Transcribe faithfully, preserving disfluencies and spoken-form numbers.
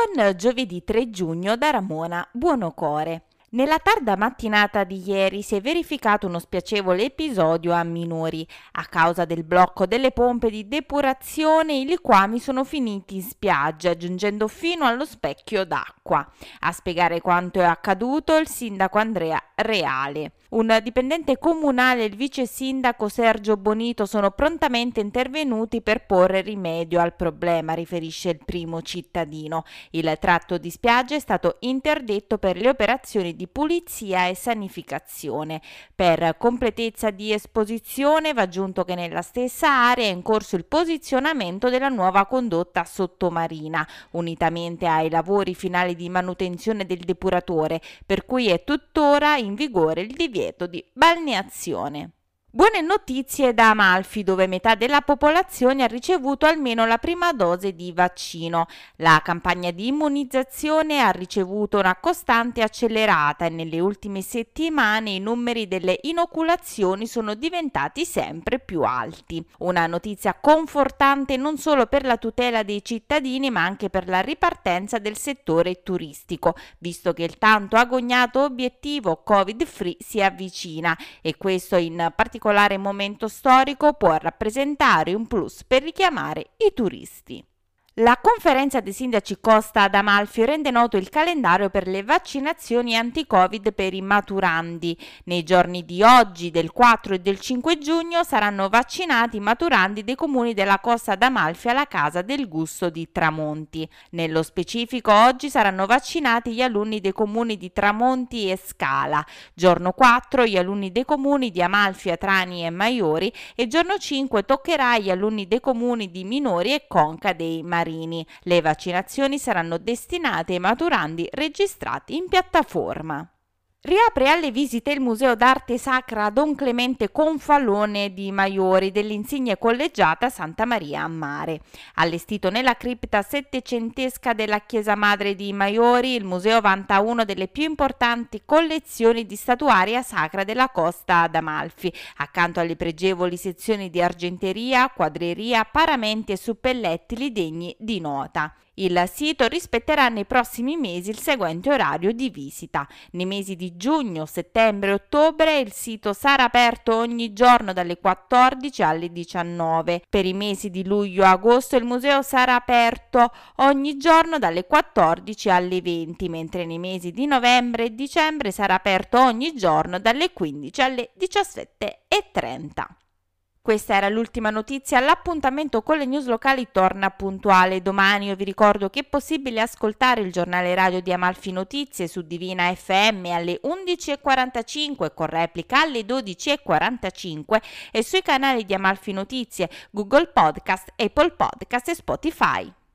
Buon giovedì tre giugno da Ramona Buonocore. Nella tarda mattinata di ieri si è verificato uno spiacevole episodio a Minori. A causa del blocco delle pompe di depurazione i liquami sono finiti in spiaggia, giungendo fino allo specchio d'acqua. A spiegare quanto è accaduto il sindaco Andrea Reale. Un dipendente comunale e il vice sindaco Sergio Bonito sono prontamente intervenuti per porre rimedio al problema, riferisce il primo cittadino. Il tratto di spiaggia è stato interdetto per le operazioni di pulizia e sanificazione. Per completezza di esposizione va aggiunto che nella stessa area è in corso il posizionamento della nuova condotta sottomarina, unitamente ai lavori finali di manutenzione del depuratore, per cui è tuttora in vigore il divieto di balneazione. Buone notizie da Amalfi, dove metà della popolazione ha ricevuto almeno la prima dose di vaccino. La campagna di immunizzazione ha ricevuto una costante accelerata e nelle ultime settimane i numeri delle inoculazioni sono diventati sempre più alti. Una notizia confortante non solo per la tutela dei cittadini ma anche per la ripartenza del settore turistico, visto che il tanto agognato obiettivo Covid-free si avvicina e questo in particolare momento storico può rappresentare un plus per richiamare i turisti. La conferenza dei sindaci Costa ad Amalfi rende noto il calendario per le vaccinazioni anti-Covid per i maturandi. Nei giorni di oggi, del quattro e del cinque giugno, saranno vaccinati i maturandi dei comuni della Costa ad Amalfi alla Casa del Gusto di Tramonti. Nello specifico, oggi saranno vaccinati gli alunni dei comuni di Tramonti e Scala. Giorno quattro, gli alunni dei comuni di Amalfi, Atrani e Maiori e giorno cinque toccherà agli alunni dei comuni di Minori e Conca dei Marini. Le vaccinazioni saranno destinate ai maturandi registrati in piattaforma. Riapre alle visite il Museo d'Arte Sacra Don Clemente Confalone di Maiori dell'insigne collegiata Santa Maria a Mare. Allestito nella cripta settecentesca della Chiesa Madre di Maiori, il museo vanta una delle più importanti collezioni di statuaria sacra della Costa ad Amalfi, accanto alle pregevoli sezioni di argenteria, quadreria, paramenti e suppellettili degni di nota. Il sito rispetterà nei prossimi mesi il seguente orario di visita. Nei mesi di giugno, settembre e ottobre il sito sarà aperto ogni giorno dalle quattordici alle diciannove. Per i mesi di luglio e agosto il museo sarà aperto ogni giorno dalle quattordici alle venti, mentre nei mesi di novembre e dicembre sarà aperto ogni giorno dalle quindici alle diciassette e trenta. Questa era l'ultima notizia, l'appuntamento con le news locali torna puntuale domani. Io vi ricordo che è possibile ascoltare il giornale radio di Amalfi Notizie su Divina F M alle undici e quarantacinque con replica alle dodici e quarantacinque e sui canali di Amalfi Notizie, Google Podcast, Apple Podcast e Spotify.